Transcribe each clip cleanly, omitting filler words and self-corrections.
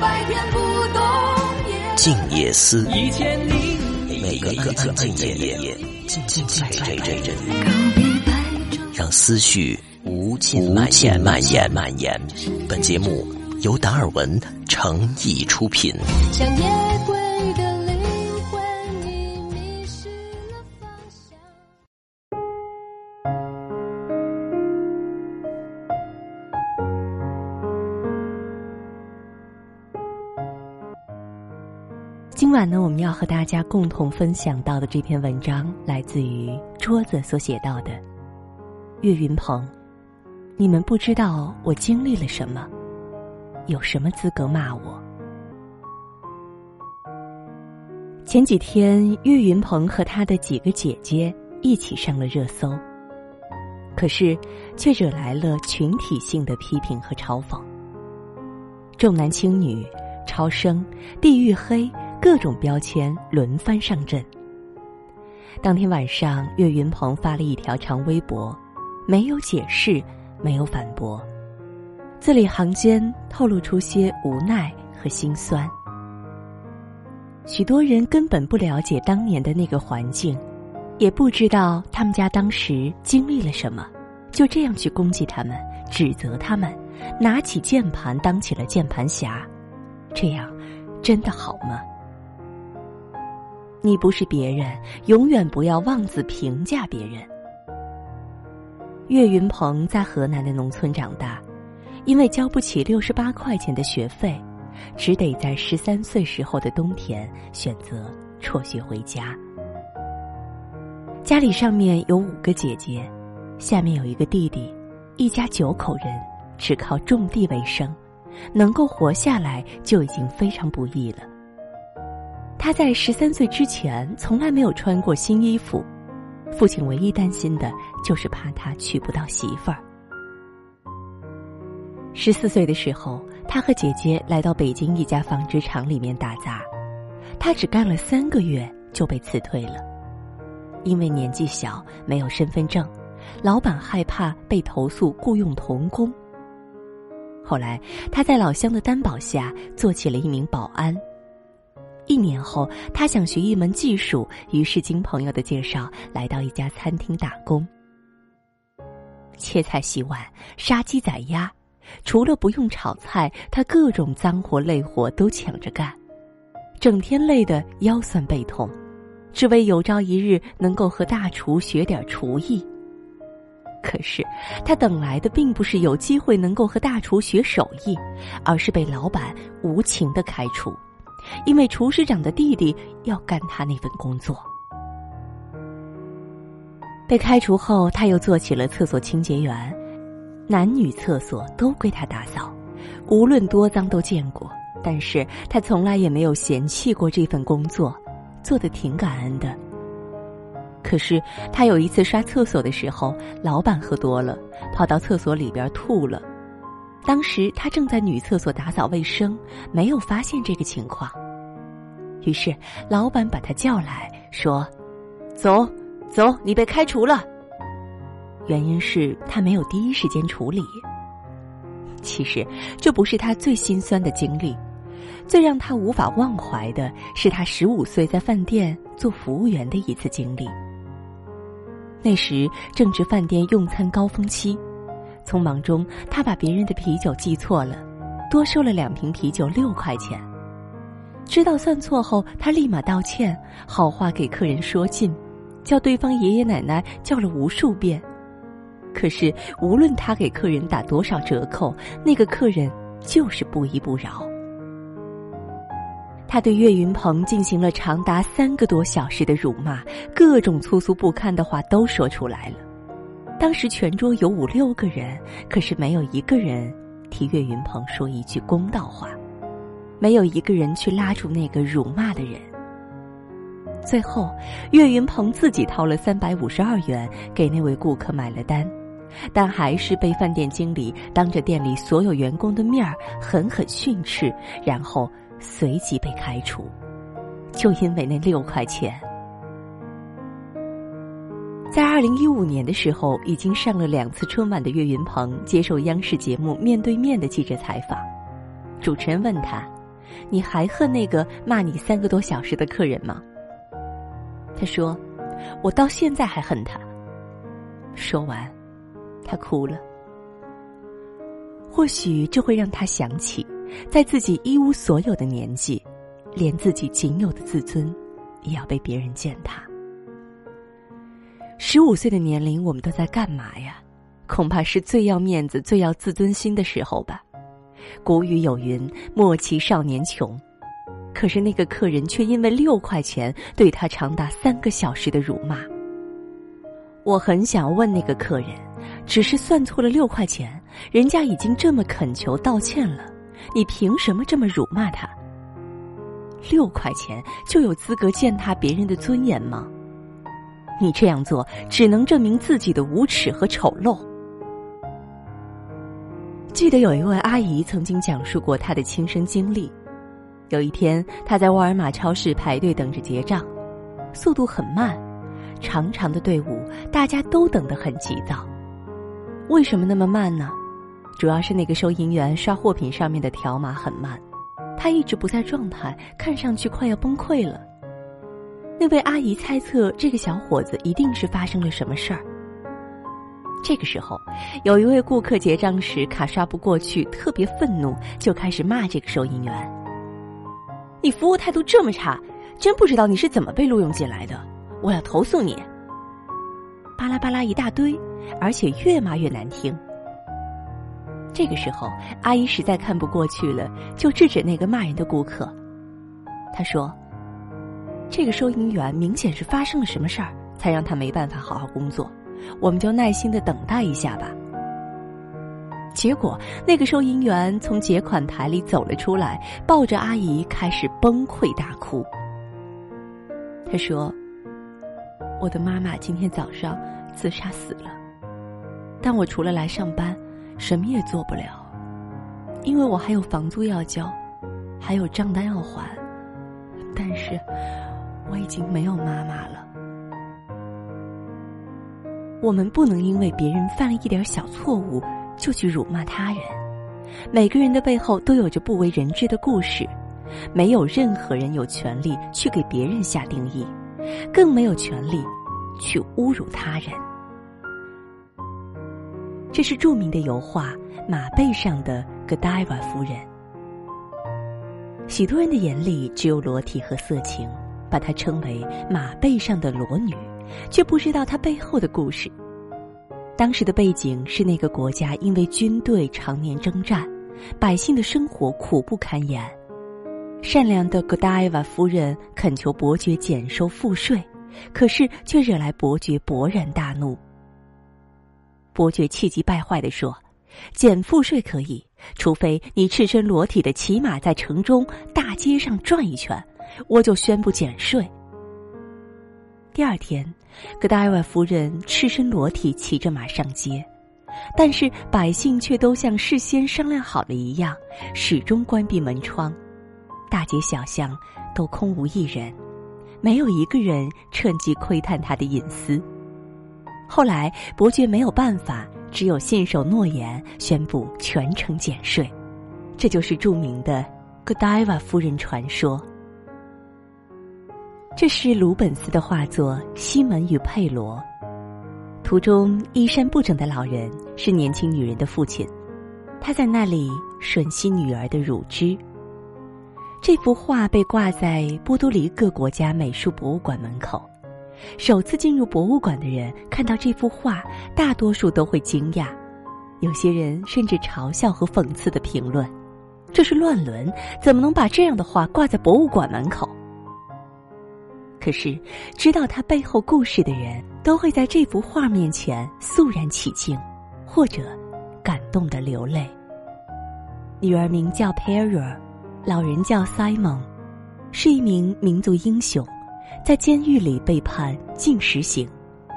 静夜思，每个安静的夜，静在这里，让思绪无尽蔓延。本节目由达尔文诚意出品。 像夜归的灵魂，你迷失了方向。 今晚呢，我们要和大家共同分享到的这篇文章，来自于桌子所写到的。岳云鹏，你们不知道我经历了什么，有什么资格骂我？前几天，岳云鹏和他的几个姐姐一起上了热搜，可是却惹来了群体性的批评和嘲讽。重男轻女、超生、地域黑，各种标签轮番上阵。当天晚上，岳云鹏发了一条长微博，没有解释，没有反驳，字里行间透露出些无奈和心酸。许多人根本不了解当年的那个环境，也不知道他们家当时经历了什么，就这样去攻击他们，指责他们，拿起键盘当起了键盘侠，这样真的好吗？你不是别人，永远不要妄自评价别人。岳云鹏在河南的农村长大，因为交不起68块钱的学费，只得在13岁时候的冬天选择辍学回家。家里上面有5个姐姐，下面有一个弟弟，一家9口人，只靠种地为生，能够活下来就已经非常不易了。他在13岁之前从来没有穿过新衣服，父亲唯一担心的就是怕他娶不到媳妇儿。14岁的时候，他和姐姐来到北京一家纺织厂里面打杂，他只干了3个月就被辞退了，因为年纪小，没有身份证，老板害怕被投诉雇佣童工。后来他在老乡的担保下做起了一名保安。1年后，他想学一门技术，于是经朋友的介绍来到一家餐厅打工。切菜洗碗、杀鸡宰鸭，除了不用炒菜，他各种脏活累活都抢着干，整天累得腰酸背痛，只为有朝一日能够和大厨学点厨艺。可是他等来的并不是有机会能够和大厨学手艺，而是被老板无情地开除，因为厨师长的弟弟要干他那份工作。被开除后，他又做起了厕所清洁员，男女厕所都归他打扫，无论多脏都见过，但是他从来也没有嫌弃过这份工作，做得挺感恩的。可是他有一次刷厕所的时候，老板喝多了，跑到厕所里边吐了。当时他正在女厕所打扫卫生，没有发现这个情况。于是老板把他叫来说，走，你被开除了。原因是他没有第一时间处理。其实这不是他最心酸的经历，最让他无法忘怀的是他15岁在饭店做服务员的一次经历。那时正值饭店用餐高峰期，匆忙中他把别人的啤酒记错了，多收了2瓶啤酒6块钱。知道算错后，他立马道歉，好话给客人说尽，叫对方爷爷奶奶叫了无数遍。可是无论他给客人打多少折扣，那个客人就是不依不饶。他对岳云鹏进行了长达3个多小时的辱骂，各种粗俗不堪的话都说出来了。当时全桌有5、6个人，可是没有一个人替岳云鹏说一句公道话，没有一个人去拉住那个辱骂的人。最后岳云鹏自己掏了352元给那位顾客买了单，但还是被饭店经理当着店里所有员工的面狠狠训斥，然后随即被开除，就因为那6块钱。在2015年的时候，已经上了2次春晚的岳云鹏接受央视节目《面对面》的记者采访，主持人问他， 你还恨那个骂你3个多小时的客人吗？他说，我到现在还恨他。说完，他哭了。或许这会让他想起，在自己一无所有的年纪，连自己仅有的自尊也要被别人践踏。15岁的年龄，我们都在干嘛呀？恐怕是最要面子、最要自尊心的时候吧。古语有云，莫欺少年穷。可是那个客人却因为6块钱对他长达3个小时的辱骂。我很想问那个客人，只是算错了6块钱，人家已经这么恳求道歉了，你凭什么这么辱骂他？6块钱就有资格践踏别人的尊严吗？你这样做只能证明自己的无耻和丑陋。记得有一位阿姨曾经讲述过她的亲身经历。有一天，她在沃尔玛超市排队等着结账，速度很慢，长长的队伍，大家都等得很急躁。为什么那么慢呢？主要是那个收银员刷货品上面的条码很慢，他一直不在状态，看上去快要崩溃了。那位阿姨猜测这个小伙子一定是发生了什么事儿。这个时候，有一位顾客结账时卡刷不过去，特别愤怒，就开始骂这个收银员：你服务态度这么差，真不知道你是怎么被录用进来的，我要投诉你。巴拉巴拉一大堆，而且越骂越难听。这个时候，阿姨实在看不过去了，就制止那个骂人的顾客。她说，这个收银员明显是发生了什么事儿，才让他没办法好好工作，我们就耐心地等待一下吧。结果那个收银员从结款台里走了出来，抱着阿姨开始崩溃大哭。他说，我的妈妈今天早上自杀死了，但我除了来上班什么也做不了，因为我还有房租要交，还有账单要还，但是我已经没有妈妈了。我们不能因为别人犯了一点小错误就去辱骂他人。每个人的背后都有着不为人知的故事，没有任何人有权利去给别人下定义，更没有权利去侮辱他人。这是著名的油画《马背上的戈达伊瓦夫人》。许多人的眼里只有裸体和色情，把她称为马背上的裸女，却不知道她背后的故事。当时的背景是那个国家因为军队常年征战，百姓的生活苦不堪言。善良的戈达伊瓦夫人恳求伯爵减收赋税，可是却惹来伯爵勃然大怒。伯爵气急败坏地说，减赋税可以，除非你赤身裸体的骑马在城中大街上转一圈，我就宣布减税。第二天，戈达伊瓦夫人赤身裸体骑着马上街，但是百姓却都像事先商量好了一样，始终关闭门窗，大街小巷都空无一人，没有一个人趁机窥探她的隐私。后来伯爵没有办法，只有信守诺言，宣布全城减税。这就是著名的戈达伊瓦夫人传说。这是鲁本斯的画作《西门与佩罗》，图中衣衫不整的老人是年轻女人的父亲，他在那里吮吸女儿的乳汁。这幅画被挂在波多黎各国家美术博物馆门口。首次进入博物馆的人看到这幅画，大多数都会惊讶，有些人甚至嘲笑和讽刺的评论，这是乱伦，怎么能把这样的画挂在博物馆门口？可是知道它背后故事的人都会在这幅画面前肃然起敬，或者感动地流泪。女儿名叫 Perrier， 老人叫 Simon， 是一名民族英雄，在监狱里被判禁食刑。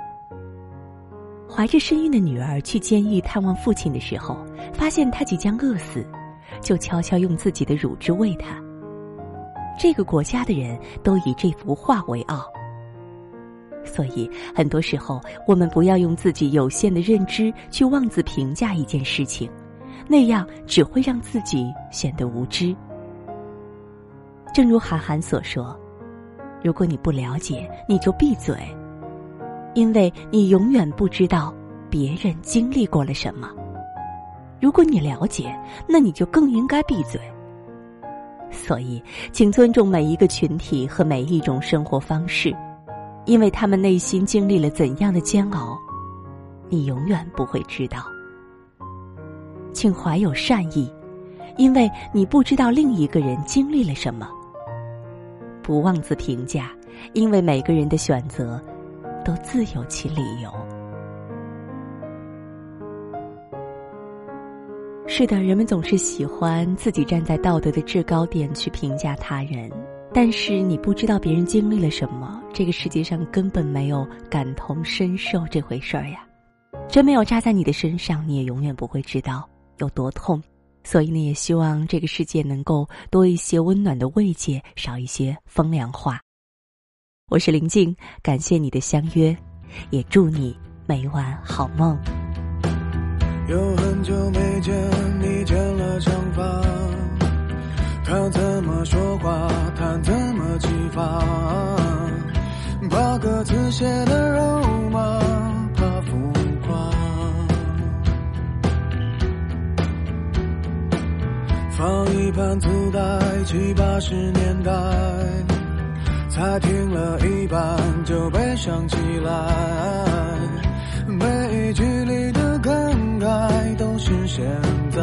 怀着身孕的女儿去监狱探望父亲的时候，发现他即将饿死，就悄悄用自己的乳汁喂他。这个国家的人都以这幅画为傲。所以很多时候我们不要用自己有限的认知去妄自评价一件事情，那样只会让自己显得无知。 正如韩寒所说，如果你不了解，你就闭嘴，因为你永远不知道别人经历过了什么。如果你了解，那你就更应该闭嘴。所以，请尊重每一个群体和每一种生活方式，因为他们内心经历了怎样的煎熬，你永远不会知道。请怀有善意，因为你不知道另一个人经历了什么。不妄自评价，因为每个人的选择都自有其理由。是的，人们总是喜欢自己站在道德的制高点去评价他人，但是你不知道别人经历了什么，这个世界上根本没有感同身受这回事儿呀。真没有扎在你的身上，你也永远不会知道有多痛。所以呢，也希望这个世界能够多一些温暖的慰藉，少一些风凉话。我是林静，感谢你的相约，也祝你每晚好梦。 有很久没见你剪了长发，他怎么说话，他怎么激发，把歌词写得肉麻，怕浮夸，放一盘磁带，70、80年代，才听了一半就悲伤起来，每一句里的感慨都是现在。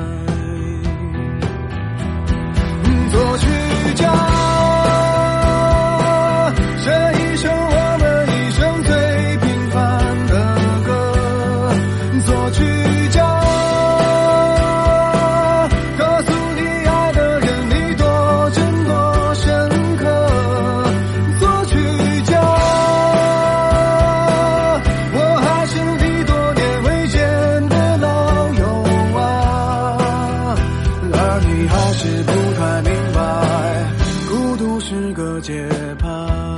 作曲家写一首我们一生最平凡的歌，作曲家告诉你爱的人你多真多深刻，作曲家我还是你多年未见的老友啊，而你还是不太明白孤独是个节拍。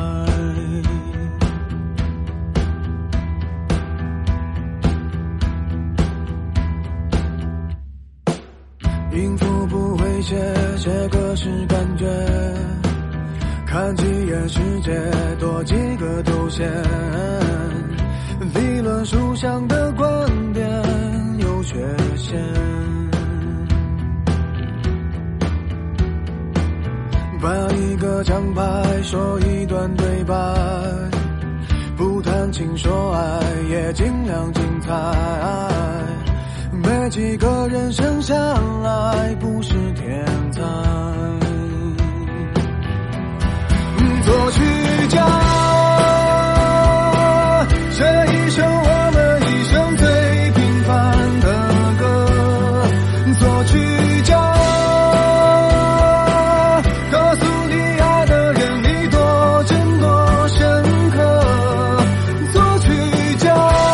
音符不会写，写歌是感觉，看几眼世界，多几个头衔，理论书上的观点有缺陷，办一个奖牌，说一段对白，不谈情说爱，也尽量精彩，没几个人生下来不是天才。作曲家写一首我们一生最平凡的歌，作曲家告诉你爱的人你多真多深刻，作曲家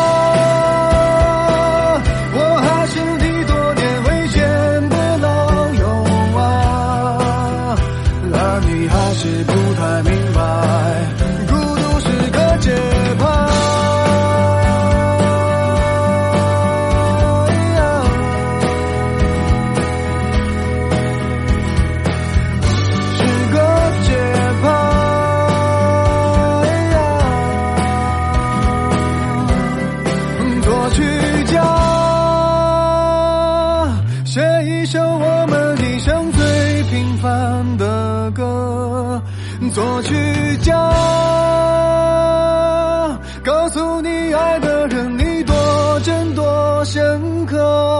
我还是你多年未见的老友啊，而你还是不太明白孤独是个节拍。作曲家写一首我们一生最平凡的歌，作曲家告诉你爱的人你多真多深刻。